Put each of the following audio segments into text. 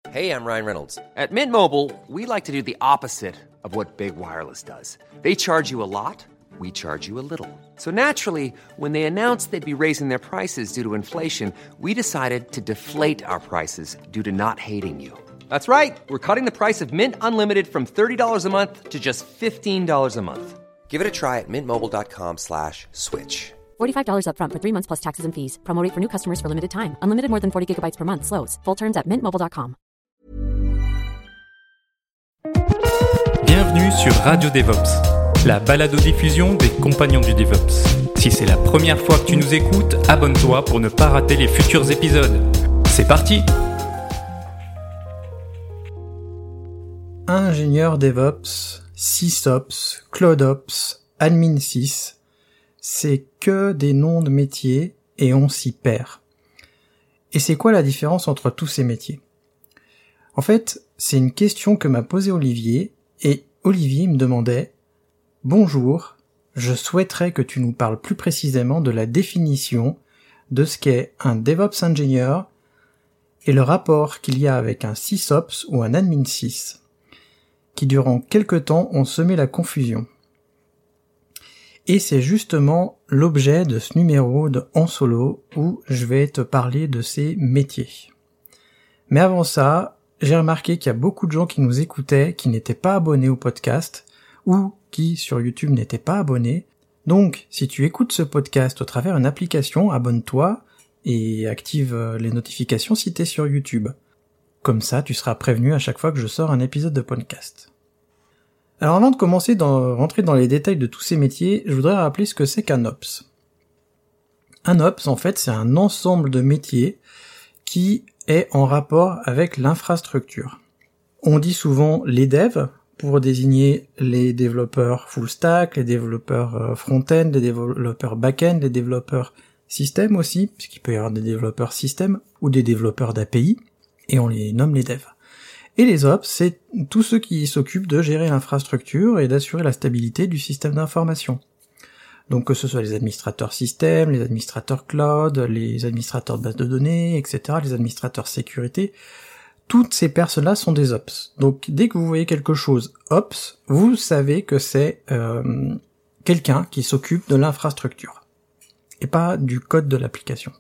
Hey, I'm Ryan Reynolds. At Mint Mobile, we like to do the opposite of what Big Wireless does. They charge you a lot, we charge you a little. So naturally, when they announced they'd be raising their prices due to inflation, we decided to deflate our prices due to not hating you. That's right. We're cutting the price of Mint Unlimited from $30 a month to just $15 a month. Give it a try at mintmobile.com/switch. $45 up front for 3 months plus taxes and fees. Promo rate for new customers for limited time. Unlimited more than 40 gigabytes per month. Slows full terms at mintmobile.com. Bienvenue sur Radio DevOps, la balado-diffusion des compagnons du DevOps. Si c'est la première fois que tu nous écoutes, abonne-toi pour ne pas rater les futurs épisodes. C'est parti! Ingénieur DevOps, SysOps, CloudOps, AdminSys, c'est que des noms de métiers et on s'y perd. Et c'est quoi la différence entre tous ces métiers ? En fait, c'est une question que m'a posée Olivier, et Olivier me demandait « Bonjour, je souhaiterais que tu nous parles plus précisément de la définition de ce qu'est un DevOps ingénieur et le rapport qu'il y a avec un SysOps ou un AdminSys, qui durant quelque temps ont semé la confusion. » Et c'est justement l'objet de ce numéro de En Solo où je vais te parler de ces métiers. Mais avant ça, j'ai remarqué qu'il y a beaucoup de gens qui nous écoutaient, qui n'étaient pas abonnés au podcast, ou qui, sur YouTube, n'étaient pas abonnés. Donc, si tu écoutes ce podcast au travers d'une application, abonne-toi et active les notifications si t'es sur YouTube. Comme ça, tu seras prévenu à chaque fois que je sors un épisode de podcast. Alors avant de commencer rentrer dans les détails de tous ces métiers, je voudrais rappeler ce que c'est qu'un Ops. Un Ops, en fait, c'est un ensemble de métiers qui est en rapport avec l'infrastructure. On dit souvent les devs pour désigner les développeurs full stack, les développeurs front-end, les développeurs back-end, les développeurs système aussi, puisqu'il peut y avoir des développeurs système ou des développeurs d'API, et on les nomme les devs. Et les Ops, c'est tous ceux qui s'occupent de gérer l'infrastructure et d'assurer la stabilité du système d'information. Donc que ce soit les administrateurs système, les administrateurs cloud, les administrateurs de base de données, etc., les administrateurs sécurité, toutes ces personnes-là sont des Ops. Donc dès que vous voyez quelque chose Ops, vous savez que c'est quelqu'un qui s'occupe de l'infrastructure, et pas du code de l'application.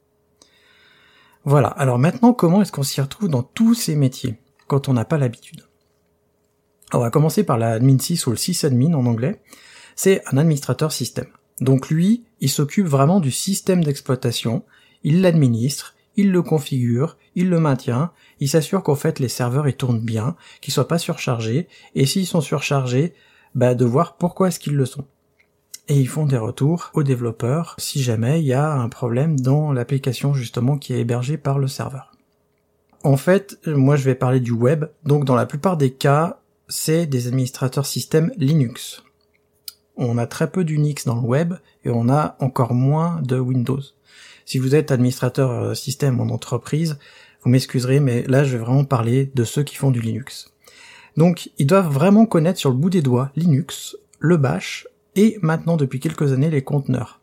Voilà, alors maintenant comment est-ce qu'on s'y retrouve dans tous ces métiers, quand on n'a pas l'habitude ? On va commencer par la AdminSys ou le sysadmin en anglais. C'est un administrateur système. Donc lui, il s'occupe vraiment du système d'exploitation, il l'administre, il le configure, il le maintient, il s'assure qu'en fait les serveurs ils tournent bien, qu'ils soient pas surchargés, et s'ils sont surchargés, de voir pourquoi est-ce qu'ils le sont. Et ils font des retours aux développeurs si jamais il y a un problème dans l'application justement qui est hébergée par le serveur. En fait, moi je vais parler du web, donc dans la plupart des cas, c'est des administrateurs système Linux. On a très peu d'Unix dans le web et on a encore moins de Windows. Si vous êtes administrateur système en entreprise, vous m'excuserez, mais là je vais vraiment parler de ceux qui font du Linux. Donc ils doivent vraiment connaître sur le bout des doigts Linux, le bash et maintenant depuis quelques années les conteneurs.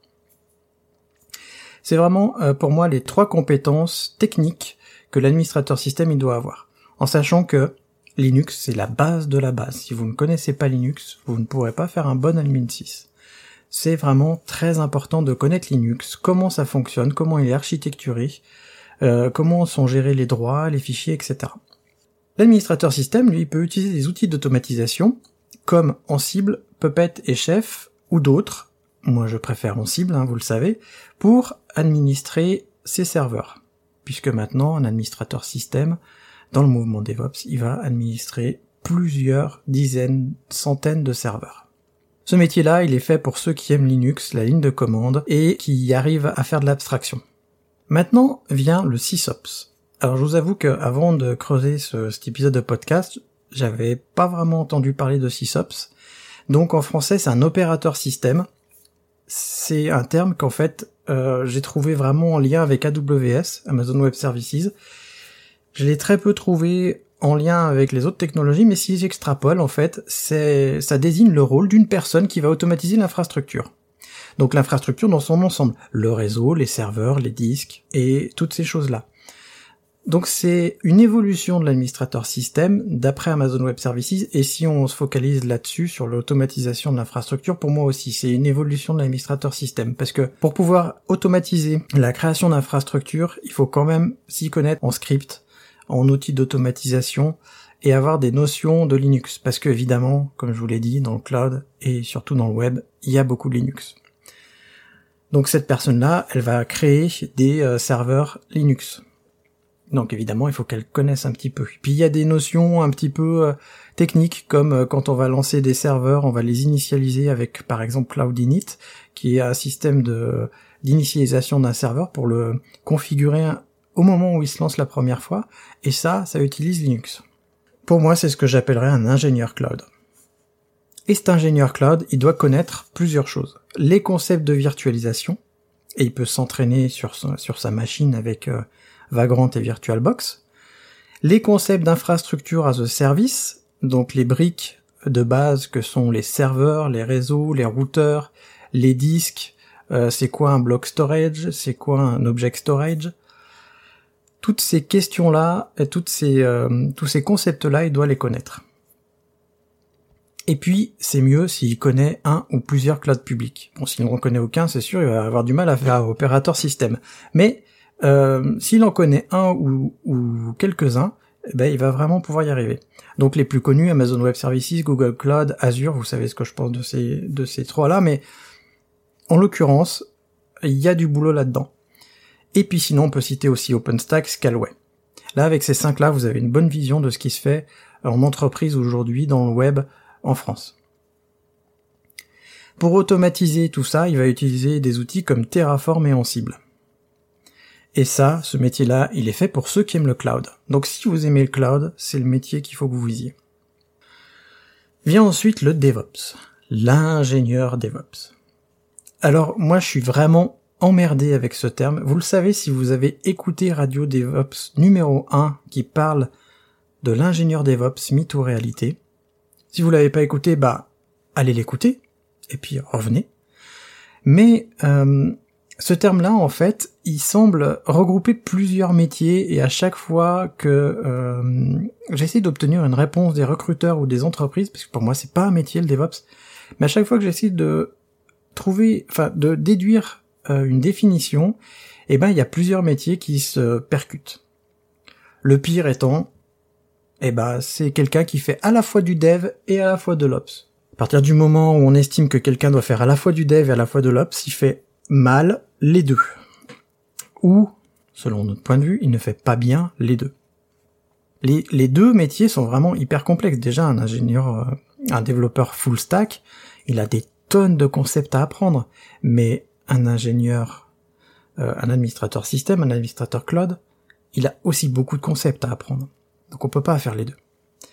C'est vraiment pour moi les 3 compétences techniques que l'administrateur système il doit avoir. En sachant que Linux, c'est la base de la base. Si vous ne connaissez pas Linux, vous ne pourrez pas faire un bon AdminSys. C'est vraiment très important de connaître Linux, comment ça fonctionne, comment il est architecturé, comment sont gérés les droits, les fichiers, etc. L'administrateur système, lui, peut utiliser des outils d'automatisation, comme Ansible, Puppet et Chef, ou d'autres, moi je préfère Ansible, vous le savez, pour administrer ses serveurs. Puisque maintenant, un administrateur système, dans le mouvement DevOps, il va administrer plusieurs dizaines, centaines de serveurs. Ce métier-là, il est fait pour ceux qui aiment Linux, la ligne de commande, et qui arrivent à faire de l'abstraction. Maintenant vient le SysOps. Alors je vous avoue qu'avant de creuser cet épisode de podcast, j'avais pas vraiment entendu parler de SysOps. Donc en français, c'est un opérateur système. C'est un terme qu'en fait, j'ai trouvé vraiment en lien avec AWS, Amazon Web Services. Je l'ai très peu trouvé en lien avec les autres technologies, mais si j'extrapole, en fait, ça désigne le rôle d'une personne qui va automatiser l'infrastructure. Donc l'infrastructure dans son ensemble, le réseau, les serveurs, les disques, et toutes ces choses-là. Donc c'est une évolution de l'administrateur système d'après Amazon Web Services, et si on se focalise là-dessus, sur l'automatisation de l'infrastructure, pour moi aussi, c'est une évolution de l'administrateur système, parce que pour pouvoir automatiser la création d'infrastructures, il faut quand même s'y connaître en script, en outils d'automatisation, et avoir des notions de Linux, parce que évidemment, comme je vous l'ai dit, dans le cloud, et surtout dans le web, il y a beaucoup de Linux. Donc cette personne-là, elle va créer des serveurs Linux. Donc évidemment, il faut qu'elle connaisse un petit peu. Puis il y a des notions un petit peu techniques, comme quand on va lancer des serveurs, on va les initialiser avec par exemple Cloud Init, qui est un système d'initialisation d'un serveur pour le configurer au moment où il se lance la première fois, et ça utilise Linux. Pour moi, c'est ce que j'appellerais un ingénieur cloud. Et cet ingénieur cloud, il doit connaître plusieurs choses. Les concepts de virtualisation, et il peut s'entraîner sur sa machine avec Vagrant et VirtualBox, les concepts d'infrastructure as a service, donc les briques de base que sont les serveurs, les réseaux, les routeurs, les disques, c'est quoi un block storage, c'est quoi un object storage, toutes ces questions-là, et tous ces concepts-là, il doit les connaître. Et puis, c'est mieux s'il connaît un ou plusieurs clouds publics. Bon, s'il n'en connaît aucun, c'est sûr, il va avoir du mal à faire opérateur système. Mais s'il en connaît un ou quelques-uns, ben il va vraiment pouvoir y arriver. Donc les plus connus, Amazon Web Services, Google Cloud, Azure, vous savez ce que je pense de ces trois-là, mais en l'occurrence, il y a du boulot là-dedans. Et puis sinon, on peut citer aussi OpenStack, Scalway. Là, avec ces 5-là, vous avez une bonne vision de ce qui se fait en entreprise aujourd'hui dans le web en France. Pour automatiser tout ça, il va utiliser des outils comme Terraform et Ansible. Et ça, ce métier-là, il est fait pour ceux qui aiment le cloud. Donc si vous aimez le cloud, c'est le métier qu'il faut que vous visiez. Vient ensuite le DevOps, l'ingénieur DevOps. Alors moi, je suis vraiment emmerdé avec ce terme. Vous le savez si vous avez écouté Radio DevOps numéro 1 qui parle de l'ingénieur DevOps, mythe ou réalité. Si vous l'avez pas écouté, allez l'écouter, et puis revenez. Mais ce terme-là, en fait, il semble regrouper plusieurs métiers, et à chaque fois que j'essaie d'obtenir une réponse des recruteurs ou des entreprises, parce que pour moi c'est pas un métier le DevOps, mais à chaque fois que j'essaie de de déduire une définition, il y a plusieurs métiers qui se percutent. Le pire étant, c'est quelqu'un qui fait à la fois du dev et à la fois de l'ops. À partir du moment où on estime que quelqu'un doit faire à la fois du dev et à la fois de l'ops, il fait mal les deux. Ou, selon notre point de vue, il ne fait pas bien les deux. Les deux métiers sont vraiment hyper complexes. Déjà, un ingénieur, un développeur full stack, il a des tonnes de concepts à apprendre. Mais un ingénieur, un administrateur système, un administrateur cloud, il a aussi beaucoup de concepts à apprendre. Donc on peut pas faire les deux.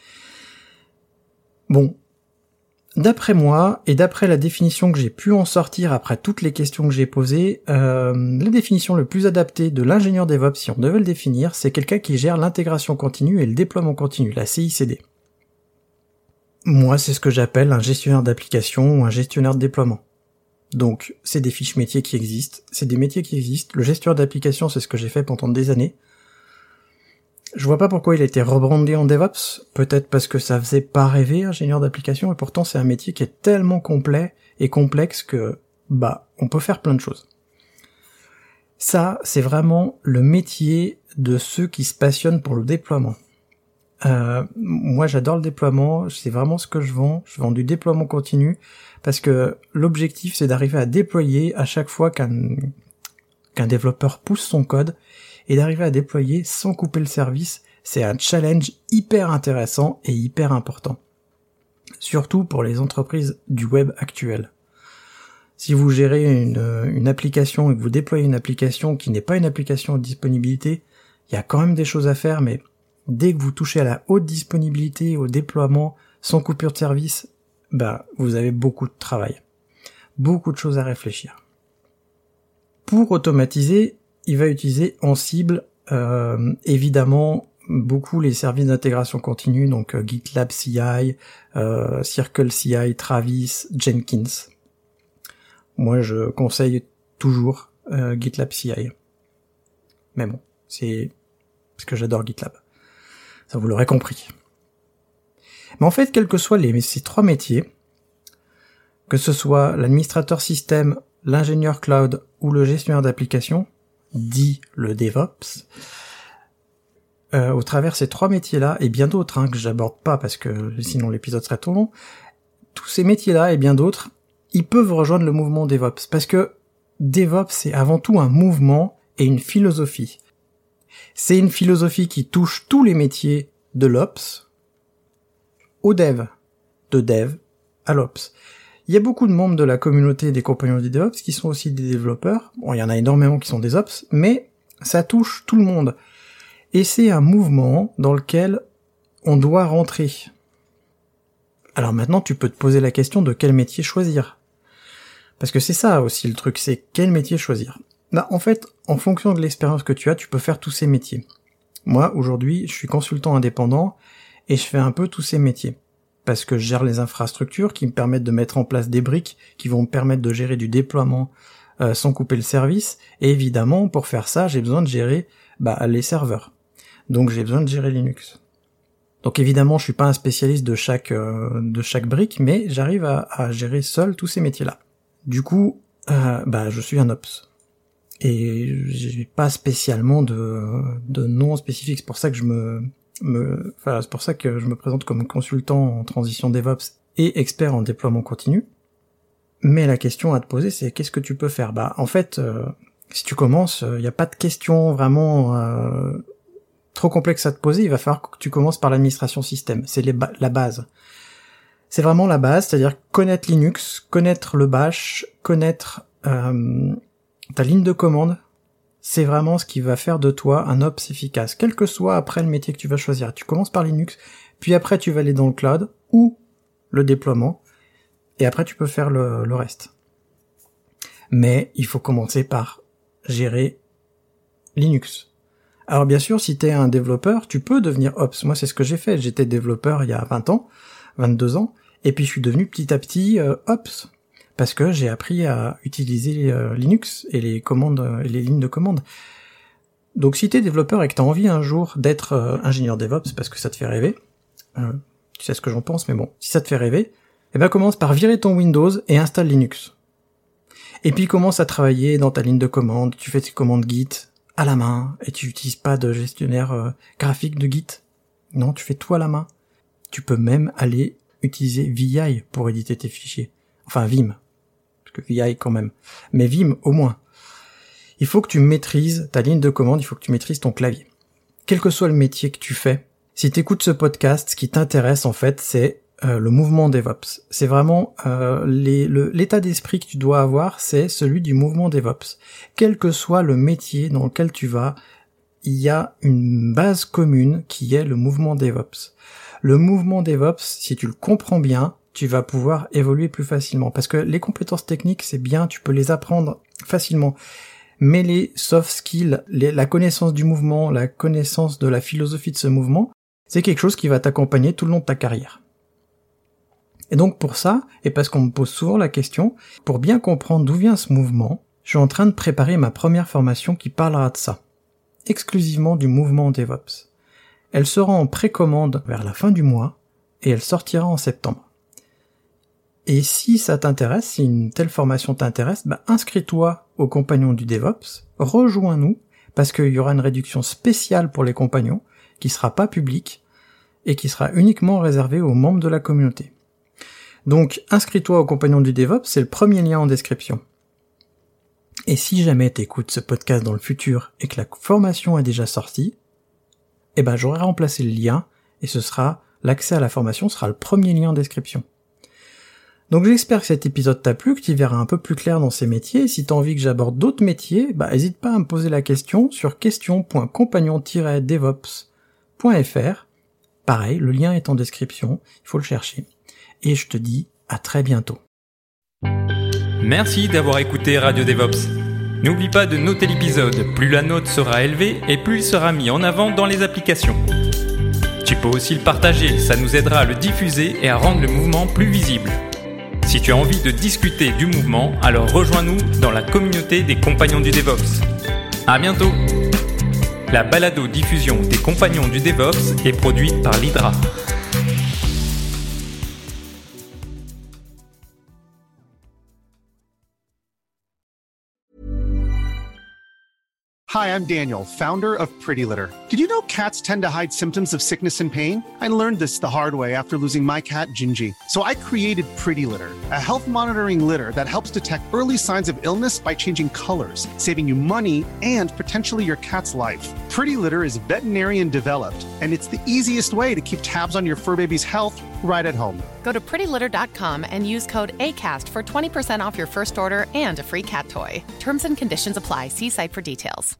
Bon. D'après moi, et d'après la définition que j'ai pu en sortir après toutes les questions que j'ai posées, la définition le plus adaptée de l'ingénieur DevOps, si on devait le définir, c'est quelqu'un qui gère l'intégration continue et le déploiement continu, la CICD. Moi, c'est ce que j'appelle un gestionnaire d'application ou un gestionnaire de déploiement. Donc, c'est des fiches métiers qui existent, c'est des métiers qui existent. Le gestionnaire d'application, c'est ce que j'ai fait pendant des années. Je vois pas pourquoi il a été rebrandé en DevOps, peut-être parce que ça faisait pas rêver ingénieur d'application, et pourtant c'est un métier qui est tellement complet et complexe que, on peut faire plein de choses. Ça, c'est vraiment le métier de ceux qui se passionnent pour le déploiement. Moi j'adore le déploiement, c'est vraiment ce que je vends du déploiement continu, parce que l'objectif c'est d'arriver à déployer à chaque fois qu'un développeur pousse son code, et d'arriver à déployer sans couper le service, c'est un challenge hyper intéressant et hyper important. Surtout pour les entreprises du web actuel. Si vous gérez une application et que vous déployez une application qui n'est pas une application haute disponibilité, il y a quand même des choses à faire, mais dès que vous touchez à la haute disponibilité, au déploiement, sans coupure de service, vous avez beaucoup de travail. Beaucoup de choses à réfléchir. Pour automatiser, il va utiliser Ansible, évidemment, beaucoup les services d'intégration continue, donc GitLab CI, Circle CI, Travis, Jenkins. Moi, je conseille toujours GitLab CI. Mais bon, c'est parce que j'adore GitLab. Ça, vous l'aurez compris. Mais en fait, quels que soient ces 3 métiers, que ce soit l'administrateur système, l'ingénieur cloud ou le gestionnaire d'application, dit le DevOps, au travers ces 3 métiers-là, et bien d'autres que j'aborde pas parce que sinon l'épisode serait trop long, tous ces métiers-là et bien d'autres, ils peuvent rejoindre le mouvement DevOps, parce que DevOps, c'est avant tout un mouvement et une philosophie. C'est une philosophie qui touche tous les métiers de l'Ops au Dev, de Dev à l'Ops. Il y a beaucoup de membres de la communauté des compagnons du DevOps qui sont aussi des développeurs. Bon, il y en a énormément qui sont des Ops, mais ça touche tout le monde. Et c'est un mouvement dans lequel on doit rentrer. Alors maintenant, tu peux te poser la question de quel métier choisir. Parce que c'est ça aussi le truc, c'est quel métier choisir. Bah, en fait, en fonction de l'expérience que tu as, tu peux faire tous ces métiers. Moi, aujourd'hui, je suis consultant indépendant et je fais un peu tous ces métiers. Parce que je gère les infrastructures qui me permettent de mettre en place des briques qui vont me permettre de gérer du déploiement sans couper le service. Et évidemment, pour faire ça, j'ai besoin de gérer les serveurs. Donc j'ai besoin de gérer Linux. Donc évidemment, je suis pas un spécialiste de chaque brique, mais j'arrive à gérer seul tous ces métiers-là. Du coup, je suis un Ops. Et j'ai pas spécialement de nom spécifique. C'est pour ça que je me présente comme consultant en transition DevOps et expert en déploiement continu. Mais la question à te poser, c'est qu'est-ce que tu peux faire? En fait, si tu commences, il n'y a pas de question vraiment trop complexe à te poser. Il va falloir que tu commences par l'administration système. C'est la base. C'est vraiment la base, c'est-à-dire connaître Linux, connaître le bash, connaître ta ligne de commande. C'est vraiment ce qui va faire de toi un Ops efficace, quel que soit après le métier que tu vas choisir. Tu commences par Linux, puis après tu vas aller dans le cloud ou le déploiement, et après tu peux faire le reste. Mais il faut commencer par gérer Linux. Alors bien sûr, si t'es un développeur, tu peux devenir Ops. Moi, c'est ce que j'ai fait. J'étais développeur il y a 22 ans, et puis je suis devenu petit à petit Ops. Parce que j'ai appris à utiliser Linux et les commandes et les lignes de commande. Donc si t'es développeur et que t'as envie un jour d'être ingénieur DevOps parce que ça te fait rêver, tu sais ce que j'en pense, mais bon, si ça te fait rêver, commence par virer ton Windows et installe Linux. Et puis commence à travailler dans ta ligne de commande, tu fais tes commandes Git à la main, et tu n'utilises pas de gestionnaire graphique de Git. Non, tu fais tout à la main. Tu peux même aller utiliser VI pour éditer tes fichiers. Enfin Vim. Parce que VI quand même. Mais Vim au moins. Il faut que tu maîtrises ta ligne de commande, il faut que tu maîtrises ton clavier. Quel que soit le métier que tu fais, si tu écoutes ce podcast, ce qui t'intéresse en fait, c'est le mouvement DevOps. C'est vraiment l'état d'esprit que tu dois avoir, c'est celui du mouvement DevOps. Quel que soit le métier dans lequel tu vas, il y a une base commune qui est le mouvement DevOps. Le mouvement DevOps, si tu le comprends bien, tu vas pouvoir évoluer plus facilement. Parce que les compétences techniques, c'est bien, tu peux les apprendre facilement. Mais les soft skills, la connaissance du mouvement, la connaissance de la philosophie de ce mouvement, c'est quelque chose qui va t'accompagner tout le long de ta carrière. Et donc pour ça, et parce qu'on me pose souvent la question, pour bien comprendre d'où vient ce mouvement, je suis en train de préparer ma première formation qui parlera de ça. Exclusivement du mouvement DevOps. Elle sera en précommande vers la fin du mois, et elle sortira en septembre. Et si ça t'intéresse, si une telle formation t'intéresse, inscris-toi aux compagnons du DevOps, rejoins-nous, parce qu'il y aura une réduction spéciale pour les compagnons, qui sera pas publique, et qui sera uniquement réservée aux membres de la communauté. Donc, inscris-toi aux compagnons du DevOps, c'est le premier lien en description. Et si jamais t'écoutes ce podcast dans le futur, et que la formation est déjà sortie, j'aurai remplacé le lien, et l'accès à la formation sera le premier lien en description. Donc j'espère que cet épisode t'a plu, que tu y verras un peu plus clair dans ces métiers. Si t'as envie que j'aborde d'autres métiers, n'hésite pas à me poser la question sur question.compagnon-devops.fr. Pareil, le lien est en description, il faut le chercher. Et je te dis à très bientôt. Merci d'avoir écouté Radio DevOps. N'oublie pas de noter l'épisode, plus la note sera élevée et plus il sera mis en avant dans les applications. Tu peux aussi le partager, ça nous aidera à le diffuser et à rendre le mouvement plus visible. Si tu as envie de discuter du mouvement, alors rejoins-nous dans la communauté des compagnons du DevOps. À bientôt! La balado-diffusion des Compagnons du DevOps est produite par l'Hydra. Hi, I'm Daniel, founder of Pretty Litter. Did you know cats tend to hide symptoms of sickness and pain? I learned this the hard way after losing my cat, Gingy. So I created Pretty Litter, a health monitoring litter that helps detect early signs of illness by changing colors, saving you money and potentially your cat's life. Pretty Litter is veterinarian developed, and it's the easiest way to keep tabs on your fur baby's health right at home. Go to prettylitter.com and use code ACAST for 20% off your first order and a free cat toy. Terms and conditions apply. See site for details.